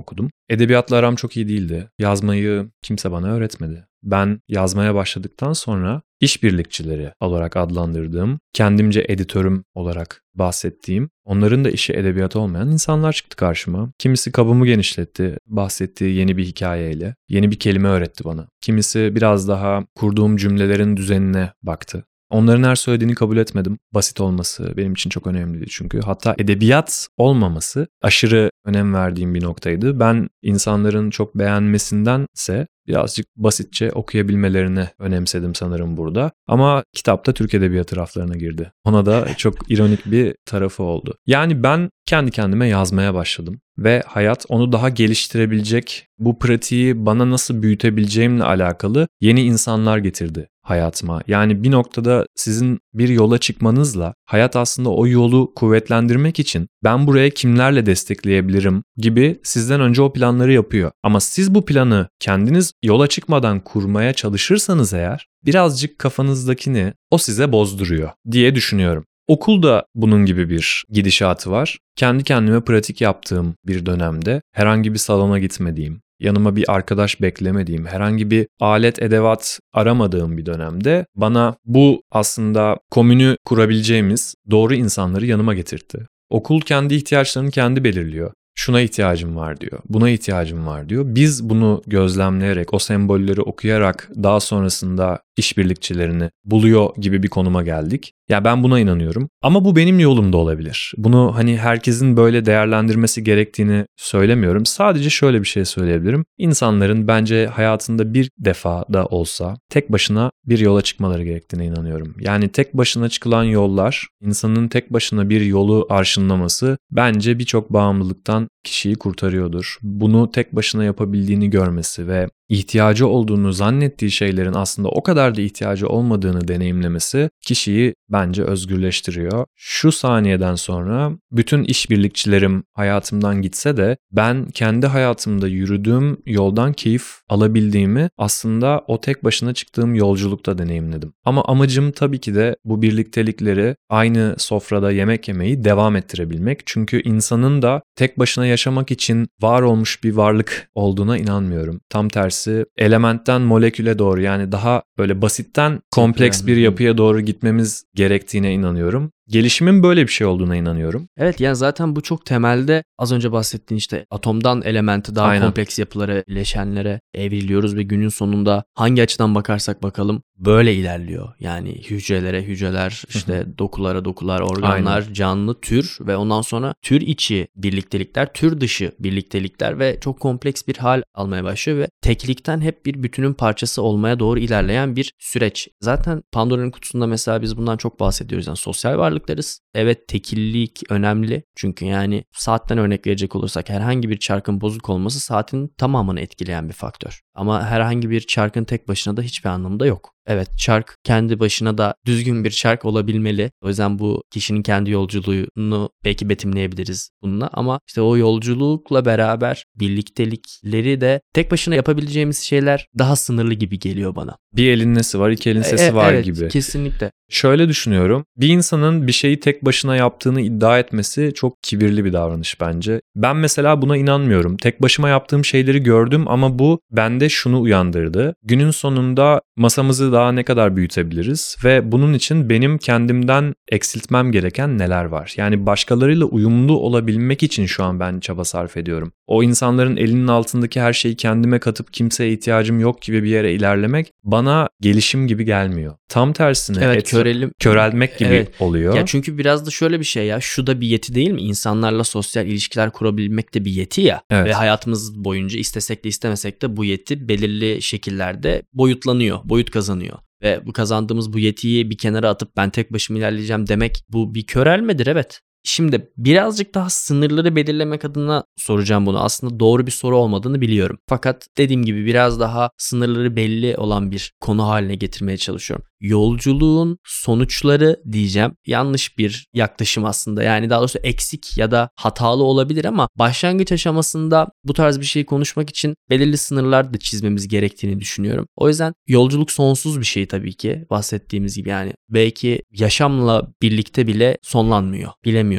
edebiyatla aram çok iyi değildi. Yazmayı kimse bana öğretmedi. Ben yazmaya başladıktan sonra işbirlikçileri olarak adlandırdığım, kendimce editörüm olarak bahsettiğim, onların da işi edebiyat olmayan insanlar çıktı karşıma. Kimisi kabımı genişletti, bahsettiği yeni bir hikayeyle. Yeni bir kelime öğretti bana. Kimisi biraz daha kurduğum cümlelerin düzenine baktı. Onların her söylediğini kabul etmedim. Basit olması benim için çok önemliydi çünkü. Hatta edebiyat olmaması aşırı önem verdiğim bir noktaydı. Ben insanların çok beğenmesindense birazcık basitçe okuyabilmelerini önemsedim sanırım burada. Ama kitapta Türk Edebiyatı raflarına girdi. Ona da çok ironik bir tarafı oldu. Yani ben kendi kendime yazmaya başladım. Ve hayat onu daha geliştirebilecek, bu pratiği bana nasıl büyütebileceğimle alakalı yeni insanlar getirdi hayatıma. Yani bir noktada sizin bir yola çıkmanızla hayat aslında o yolu kuvvetlendirmek için ben buraya kimlerle destekleyebilirim gibi sizden önce o planları yapıyor. Ama siz bu planı kendiniz yola çıkmadan kurmaya çalışırsanız eğer birazcık kafanızdakini o size bozduruyor diye düşünüyorum. Okulda bunun gibi bir gidişatı var. Kendi kendime pratik yaptığım bir dönemde herhangi bir salona gitmediğim, yanıma bir arkadaş beklemediğim, herhangi bir alet edevat aramadığım bir dönemde bana bu aslında komünü kurabileceğimiz doğru insanları yanıma getirtti. Okul kendi ihtiyaçlarını kendi belirliyor. Şuna ihtiyacım var diyor, buna ihtiyacım var diyor. Biz bunu gözlemleyerek, o sembolleri okuyarak daha sonrasında işbirlikçilerini buluyor gibi bir konuma geldik. Ya ben buna inanıyorum. Ama bu benim yolum da olabilir. Bunu hani herkesin böyle değerlendirmesi gerektiğini söylemiyorum. Sadece şöyle bir şey söyleyebilirim. İnsanların bence hayatında bir defa da olsa tek başına bir yola çıkmaları gerektiğine inanıyorum. Yani tek başına çıkılan yollar, insanın tek başına bir yolu arşınlaması bence birçok bağımlılıktan kişiyi kurtarıyordur. Bunu tek başına yapabildiğini görmesi ve ihtiyacı olduğunu zannettiği şeylerin aslında o kadar da ihtiyacı olmadığını deneyimlemesi kişiyi bence özgürleştiriyor. Şu saniyeden sonra bütün işbirlikçilerim hayatımdan gitse de ben kendi hayatımda yürüdüğüm yoldan keyif alabildiğimi aslında o tek başına çıktığım yolculukta deneyimledim. Ama amacım tabii ki de bu birliktelikleri aynı sofrada yemek yemeyi devam ettirebilmek. Çünkü insanın da tek başına yaşamak için var olmuş bir varlık olduğuna inanmıyorum. Tam tersi elementten moleküle doğru, yani daha böyle basitten kompleks bir yapıya doğru gitmemiz gerektiğine inanıyorum. Gelişimin böyle bir şey olduğuna inanıyorum. Evet, yani zaten bu çok temelde az önce bahsettiğin işte atomdan elemente daha Aynen. kompleks yapılara, bileşenlere evriliyoruz ve günün sonunda hangi açıdan bakarsak bakalım böyle ilerliyor. Yani hücreler, işte dokular, organlar, Aynen. canlı tür ve ondan sonra tür içi birliktelikler, tür dışı birliktelikler ve çok kompleks bir hal almaya başlıyor ve teklikten hep bir bütünün parçası olmaya doğru ilerleyen bir süreç. Zaten Pandora'nın kutusunda mesela biz bundan çok bahsediyoruz. Yani sosyal varlıklarız. Evet, tekillik önemli. Çünkü yani saatten örnek verecek olursak herhangi bir çarkın bozuk olması saatin tamamını etkileyen bir faktör. Ama herhangi bir çarkın tek başına da hiçbir anlamı da yok. Evet, çark kendi başına da düzgün bir çark olabilmeli. O yüzden bu kişinin kendi yolculuğunu belki betimleyebiliriz bununla. Ama işte o yolculukla beraber birliktelikleri de tek başına yapabileceğimiz şeyler daha sınırlı gibi geliyor bana. Bir elin nesi var, iki elin sesi var evet, gibi. Kesinlikle. Şöyle düşünüyorum. Bir insanın bir şeyi tek başına yaptığını iddia etmesi çok kibirli bir davranış bence. Ben mesela buna inanmıyorum. Tek başıma yaptığım şeyleri gördüm ama bu bende şunu uyandırdı. Günün sonunda masamızı daha ne kadar büyütebiliriz ve bunun için benim kendimden eksiltmem gereken neler var? Yani başkalarıyla uyumlu olabilmek için şu an ben çaba sarf ediyorum. O insanların elinin altındaki her şeyi kendime katıp kimseye ihtiyacım yok gibi bir yere ilerlemek bana gelişim gibi gelmiyor. Tam tersine Evet, körelmek gibi oluyor. Ya çünkü biraz da şöyle bir şey ya, şu da bir yeti değil mi? İnsanlarla sosyal ilişkiler kurabilmek de bir yeti ya. Evet. Ve hayatımız boyunca istesek de istemesek de bu yeti belirli şekillerde boyut kazanıyor. Ve bu kazandığımız bu yetiyi bir kenara atıp ben tek başıma ilerleyeceğim demek bu bir körelmedir, evet. Şimdi birazcık daha sınırları belirlemek adına soracağım bunu. Aslında doğru bir soru olmadığını biliyorum. Fakat dediğim gibi biraz daha sınırları belli olan bir konu haline getirmeye çalışıyorum. Yolculuğun sonuçları diyeceğim. Yanlış bir yaklaşım aslında. Yani daha doğrusu eksik ya da hatalı olabilir ama başlangıç aşamasında bu tarz bir şeyi konuşmak için belirli sınırlar da çizmemiz gerektiğini düşünüyorum. O yüzden yolculuk sonsuz bir şey tabii ki. Bahsettiğimiz gibi yani belki yaşamla birlikte bile sonlanmıyor. Bilemiyoruz.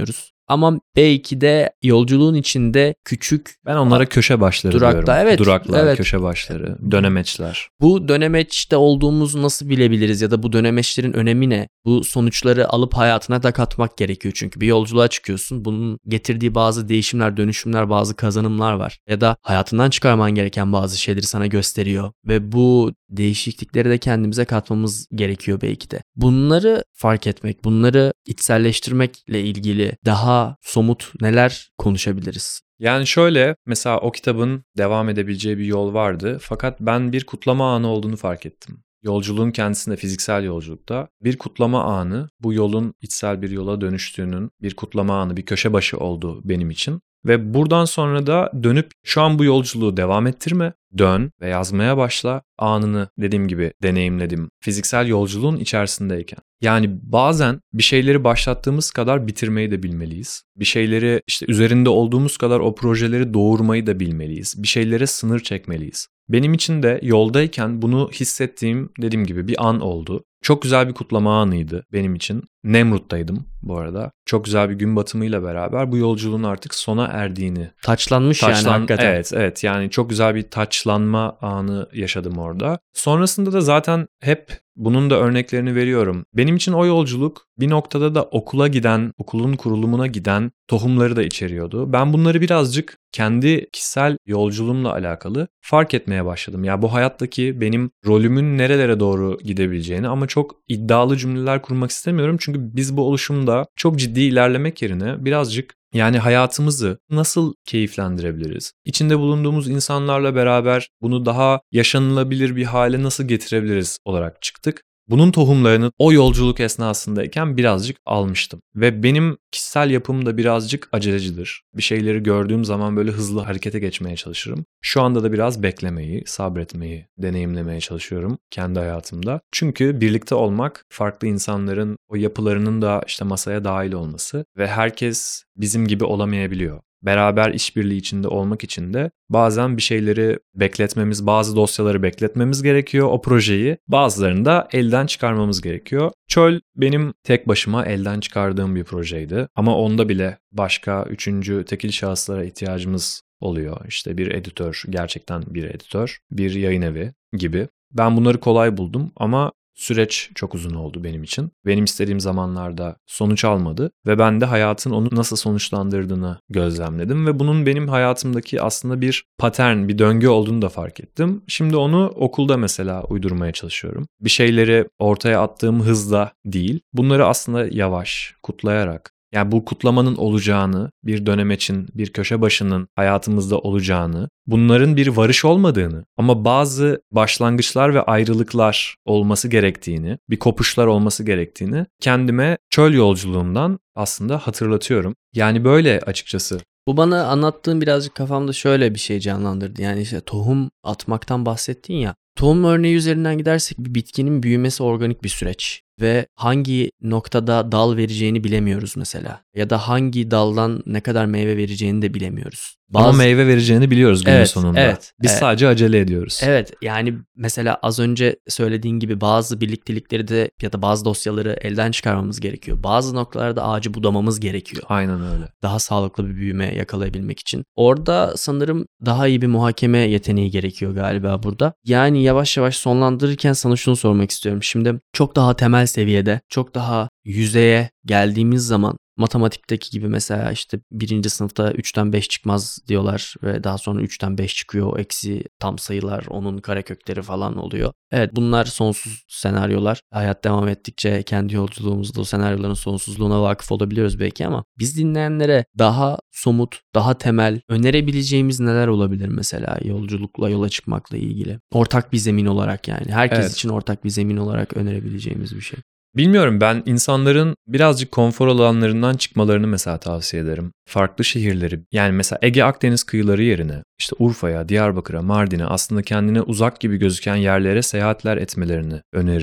Ama belki de yolculuğun içinde küçük Ben onlara köşe başları durakta, diyorum. evet, Duraklar, evet. köşe başları, dönemeçler. Bu dönemeçte olduğumuzu nasıl bilebiliriz ya da bu dönemeçlerin önemi ne? Bu sonuçları alıp hayatına da katmak gerekiyor çünkü bir yolculuğa çıkıyorsun. Bunun getirdiği bazı değişimler, dönüşümler, bazı kazanımlar var. Ya da hayatından çıkarman gereken bazı şeyleri sana gösteriyor ve bu değişiklikleri de kendimize katmamız gerekiyor belki de. Bunları fark etmek, bunları içselleştirmekle ilgili daha somut neler konuşabiliriz? Yani şöyle, mesela o kitabın devam edebileceği bir yol vardı fakat ben bir kutlama anı olduğunu fark ettim. Yolculuğun kendisinde, fiziksel yolculukta bir kutlama anı, bu yolun içsel bir yola dönüştüğünün bir kutlama anı, bir köşe başı oldu benim için. Ve buradan sonra da dönüp şu an bu yolculuğu devam ettirme, dön ve yazmaya başla anını dediğim gibi deneyimledim fiziksel yolculuğun içerisindeyken. Yani bazen bir şeyleri başlattığımız kadar bitirmeyi de bilmeliyiz. Bir şeyleri işte üzerinde olduğumuz kadar o projeleri doğurmayı da bilmeliyiz. Bir şeylere sınır çekmeliyiz. Benim için de yoldayken bunu hissettiğim dediğim gibi bir an oldu. Çok güzel bir kutlama anıydı benim için. Nemrut'taydım bu arada. Çok güzel bir gün batımıyla beraber bu yolculuğun artık sona erdiğini. Taçlanmış yani hakikaten. Evet yani çok güzel bir taçlanma anı yaşadım orada. Sonrasında da zaten hep bunun da örneklerini veriyorum. Benim için o yolculuk bir noktada da okula giden, okulun kurulumuna giden tohumları da içeriyordu. Ben bunları birazcık kendi kişisel yolculuğumla alakalı fark etmeye başladım. Ya bu hayattaki benim rolümün nerelere doğru gidebileceğini ama çok iddialı cümleler kurmak istemiyorum. Çünkü biz bu oluşumda çok ciddi ilerlemek yerine birazcık yani hayatımızı nasıl keyiflendirebiliriz? İçinde bulunduğumuz insanlarla beraber bunu daha yaşanılabilir bir hale nasıl getirebiliriz olarak çıktık. Bunun tohumlarını o yolculuk esnasındayken birazcık almıştım. Ve benim kişisel yapım da birazcık acelecidir. Bir şeyleri gördüğüm zaman böyle hızlı harekete geçmeye çalışırım. Şu anda da biraz beklemeyi, sabretmeyi deneyimlemeye çalışıyorum kendi hayatımda. Çünkü birlikte olmak, farklı insanların o yapılarının da işte masaya dahil olması ve herkes bizim gibi olamayabiliyor. Beraber işbirliği içinde olmak için de bazen bir şeyleri bekletmemiz, bazı dosyaları bekletmemiz gerekiyor. O projeyi bazılarını da elden çıkarmamız gerekiyor. Çöl benim tek başıma elden çıkardığım bir projeydi. Ama onda bile başka üçüncü tekil şahıslara ihtiyacımız oluyor. İşte bir editör, gerçekten bir editör, bir yayın evi gibi. Ben bunları kolay buldum ama süreç çok uzun oldu benim için. Benim istediğim zamanlarda sonuç almadı ve ben de hayatın onu nasıl sonuçlandırdığını gözlemledim ve bunun benim hayatımdaki aslında bir patern, bir döngü olduğunu da fark ettim. Şimdi onu okulda mesela uydurmaya çalışıyorum. Bir şeyleri ortaya attığım hızla değil, bunları aslında yavaş, kutlayarak, yani bu kutlamanın olacağını, bir dönemeçin, bir köşe başının hayatımızda olacağını, bunların bir varış olmadığını ama bazı başlangıçlar ve ayrılıklar olması gerektiğini, bir kopuşlar olması gerektiğini kendime çöl yolculuğumdan aslında hatırlatıyorum. Yani böyle açıkçası. Bu bana anlattığın birazcık kafamda şöyle bir şey canlandırdı. Yani işte tohum atmaktan bahsettin ya. Tohum örneği üzerinden gidersek bir bitkinin büyümesi organik bir süreç. Ve hangi noktada dal vereceğini bilemiyoruz mesela. Ya da hangi daldan ne kadar meyve vereceğini de bilemiyoruz. Ama meyve vereceğini biliyoruz günün sonunda. Evet, Biz sadece acele ediyoruz. Evet, yani mesela az önce söylediğin gibi bazı birliktelikleri de ya da bazı dosyaları elden çıkarmamız gerekiyor. Bazı noktalarda ağacı budamamız gerekiyor. Aynen öyle. Daha sağlıklı bir büyüme yakalayabilmek için. Orada sanırım daha iyi bir muhakeme yeteneği gerekiyor galiba burada. Yani yavaş yavaş sonlandırırken sana şunu sormak istiyorum. Şimdi çok daha temel seviyede, çok daha yüzeye geldiğimiz zaman matematikteki gibi mesela işte birinci sınıfta 3'ten 5 çıkmaz diyorlar ve daha sonra 3'ten 5 çıkıyor. O eksi tam sayılar, onun karekökleri falan oluyor. Evet, bunlar sonsuz senaryolar. Hayat devam ettikçe kendi yolculuğumuzda o senaryoların sonsuzluğuna vakıf olabiliyoruz belki ama biz dinleyenlere daha somut, daha temel önerebileceğimiz neler olabilir mesela yolculukla, yola çıkmakla ilgili? Ortak bir zemin olarak yani. Herkes için ortak bir zemin olarak önerebileceğimiz bir şey. Bilmiyorum, ben insanların birazcık konfor alanlarından çıkmalarını mesela tavsiye ederim. Farklı şehirleri, yani mesela Ege Akdeniz kıyıları yerine işte Urfa'ya, Diyarbakır'a, Mardin'e aslında kendine uzak gibi gözüken yerlere seyahatler etmelerini öneririm.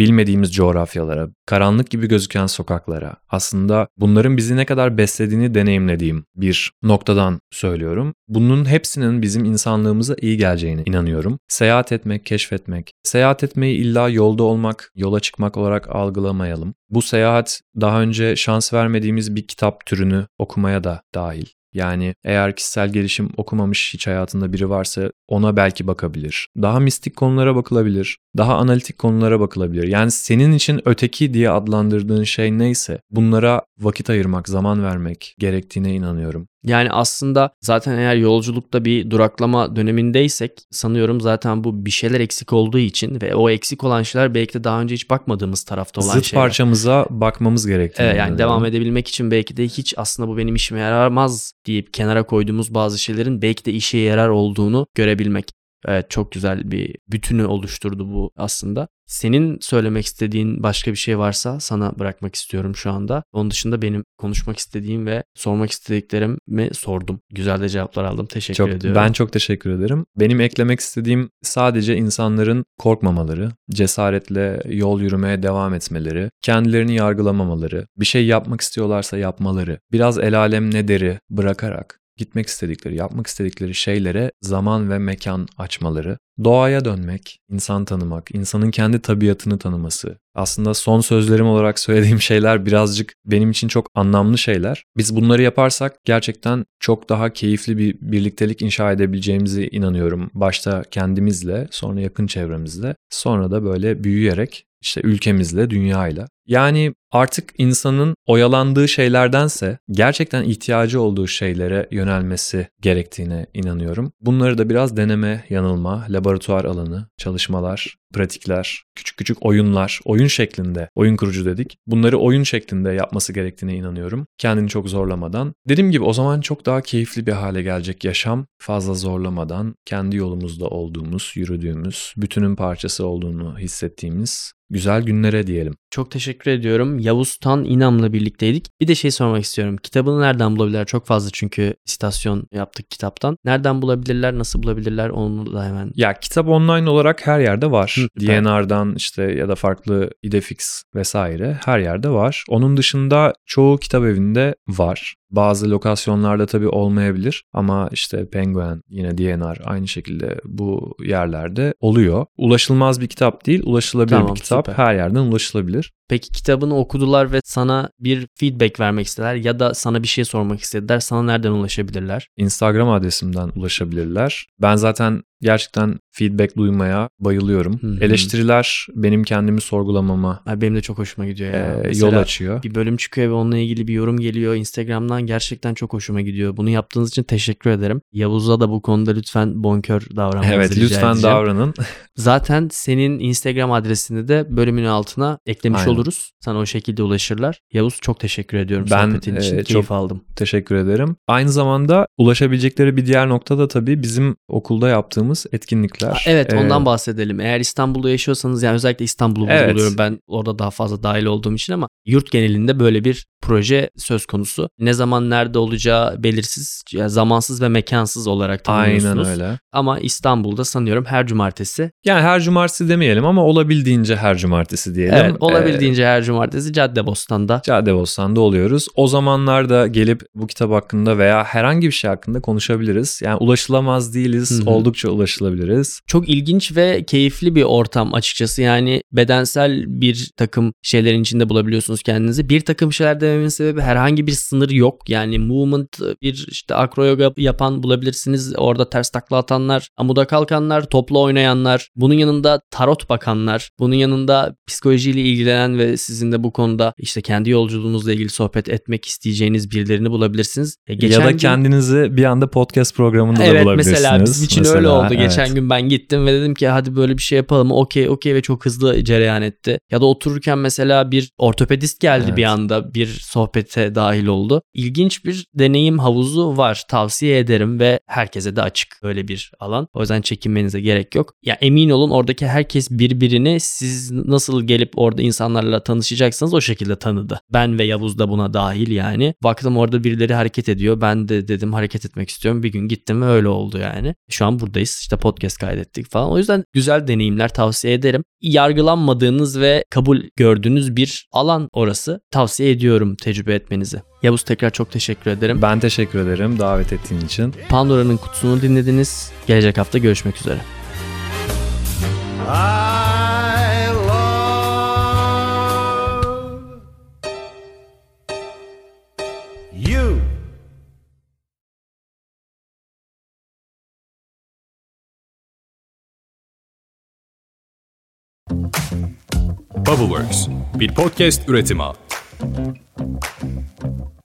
bilmediğimiz coğrafyalara, karanlık gibi gözüken sokaklara, aslında bunların bizi ne kadar beslediğini deneyimlediğim bir noktadan söylüyorum. Bunun hepsinin bizim insanlığımıza iyi geleceğine inanıyorum. Seyahat etmek, keşfetmek. Seyahat etmeyi illa yolda olmak, yola çıkmak olarak algılamayalım. Bu seyahat daha önce şans vermediğimiz bir kitap türünü okumaya da dahil. Yani eğer kişisel gelişim okumamış hiç hayatında biri varsa ona belki bakabilir. Daha mistik konulara bakılabilir. Daha analitik konulara bakılabilir. Yani senin için öteki diye adlandırdığın şey neyse bunlara vakit ayırmak, zaman vermek gerektiğine inanıyorum. Yani aslında zaten eğer yolculukta bir duraklama dönemindeysek sanıyorum zaten bu bir şeyler eksik olduğu için ve o eksik olan şeyler belki de daha önce hiç bakmadığımız tarafta olan şeyler. Zıt parçamıza bakmamız gerektiğini Evet, yani devam edebilmek için belki de hiç aslında bu benim işime yaramaz deyip kenara koyduğumuz bazı şeylerin belki de işe yarar olduğunu görebilmek. Evet, çok güzel bir bütünü oluşturdu bu aslında. Senin söylemek istediğin başka bir şey varsa sana bırakmak istiyorum şu anda. Onun dışında benim konuşmak istediğim ve sormak istediklerimi sordum. Güzel de cevaplar aldım. Teşekkür ediyorum. Ben çok teşekkür ederim. Benim eklemek istediğim sadece insanların korkmamaları, cesaretle yol yürümeye devam etmeleri, kendilerini yargılamamaları, bir şey yapmak istiyorlarsa yapmaları, biraz el alem ne deri bırakarak gitmek istedikleri, yapmak istedikleri şeylere zaman ve mekan açmaları, doğaya dönmek, insan tanımak, insanın kendi tabiatını tanıması. Aslında son sözlerim olarak söylediğim şeyler birazcık benim için çok anlamlı şeyler. Biz bunları yaparsak gerçekten çok daha keyifli bir birliktelik inşa edebileceğimize inanıyorum. Başta kendimizle, sonra yakın çevremizle, sonra da böyle büyüyerek işte ülkemizle, dünyayla. Yani artık insanın oyalandığı şeylerdense gerçekten ihtiyacı olduğu şeylere yönelmesi gerektiğine inanıyorum. Bunları da biraz deneme, yanılma, laboratuvar alanı, çalışmalar, pratikler, küçük küçük oyunlar, oyun şeklinde, oyun kurucu dedik. Bunları oyun şeklinde yapması gerektiğine inanıyorum. Kendini çok zorlamadan. Dediğim gibi o zaman çok daha keyifli bir hale gelecek yaşam. Fazla zorlamadan, kendi yolumuzda olduğumuz, yürüdüğümüz, bütünün parçası olduğunu hissettiğimiz güzel günlere diyelim. Çok teşekkür ediyorum. Yavuz Tan İnam'la birlikteydik. Bir de şey sormak istiyorum. Kitabını nereden bulabilirler? Çok fazla çünkü istasyon yaptık kitaptan. Nereden bulabilirler? Nasıl bulabilirler? Onu da hemen... Ya kitap online olarak her yerde var. Süper. DNR'dan işte ya da farklı İdefix vesaire her yerde var. Onun dışında çoğu kitap evinde var. Bazı lokasyonlarda tabii olmayabilir ama işte Penguin, yine DNR aynı şekilde bu yerlerde oluyor. Ulaşılmaz bir kitap değil, ulaşılabilir bir kitap. Süper. Her yerden ulaşılabilir. Peki kitabını okudular ve sana bir feedback vermek istediler ya da sana bir şey sormak istediler. Sana nereden ulaşabilirler? Instagram adresimden ulaşabilirler. Ben zaten gerçekten feedback duymaya bayılıyorum. Eleştiriler benim kendimi sorgulamama Benim de çok hoşuma gidiyor ya. yol açıyor. Bir bölüm çıkıyor ve onunla ilgili bir yorum geliyor Instagram'dan, gerçekten çok hoşuma gidiyor. Bunu yaptığınız için teşekkür ederim. Yavuz'a da bu konuda lütfen bonkör davranmanızı rica edeceğim. Evet, lütfen davranın. Zaten senin Instagram adresini de bölümün altına eklemiş Aynen. oluruz. Sana o şekilde ulaşırlar. Yavuz, çok teşekkür ediyorum Ben sohbetin için. Keyif çok aldım. Teşekkür ederim. Aynı zamanda ulaşabilecekleri bir diğer nokta da tabii bizim okulda yaptığımız etkinlikler. Evet, ondan bahsedelim. Eğer İstanbul'da yaşıyorsanız, yani özellikle İstanbul'u vurguluyorum ben orada daha fazla dahil olduğum için, ama yurt genelinde böyle bir proje söz konusu. Ne zaman nerede olacağı belirsiz, yani zamansız ve mekansız olarak tanımlıyorsunuz. Aynen öyle. Ama İstanbul'da sanıyorum her cumartesi. Yani her cumartesi demeyelim ama olabildiğince her cumartesi diyelim. Evet, olabildiğince her cumartesi Caddebostan'da. Caddebostan'da oluyoruz. O zamanlarda gelip bu kitap hakkında veya herhangi bir şey hakkında konuşabiliriz. Yani ulaşılamaz değiliz, oldukça ulaşılabiliriz. Çok ilginç ve keyifli bir ortam açıkçası. Yani bedensel bir takım şeylerin içinde bulabiliyorsunuz kendinizi. Bir takım şeyler dememin sebebi, herhangi bir sınır yok. Yani movement, bir işte acro yoga yapan bulabilirsiniz. Orada ters takla atanlar, amuda kalkanlar, topla oynayanlar, bunun yanında tarot bakanlar, bunun yanında psikolojiyle ilgilenen ve sizin de bu konuda işte kendi yolculuğunuzla ilgili sohbet etmek isteyeceğiniz birilerini bulabilirsiniz. Ya da kendinizi bir anda podcast programında da bulabilirsiniz. Evet, mesela bizim için öyle oldu. Geçen gün ben gittim ve dedim ki hadi böyle bir şey yapalım. Okey ve çok hızlı cereyan etti. Ya da otururken mesela bir ortopedist geldi bir anda, bir sohbete dahil oldu. İlginç bir deneyim havuzu var. Tavsiye ederim ve herkese de açık böyle bir alan. O yüzden çekinmenize gerek yok. Ya emin olun, oradaki herkes birbirini, siz nasıl gelip orada insanlarla tanışacaksanız o şekilde tanıdı. Ben ve Yavuz da buna dahil yani. Baktım orada birileri hareket ediyor. Ben de dedim hareket etmek istiyorum. Bir gün gittim ve öyle oldu yani. Şu an buradayız. Buradayız. İşte podcast kaydettik falan. O yüzden güzel deneyimler tavsiye ederim. Yargılanmadığınız ve kabul gördüğünüz bir alan orası. Tavsiye ediyorum tecrübe etmenizi. Yavuz, tekrar çok teşekkür ederim. Ben teşekkür ederim davet ettiğin için. Pandora'nın kutusunu dinlediniz. Gelecek hafta görüşmek üzere. I love you. Bubbleworks bir podcast üretimi.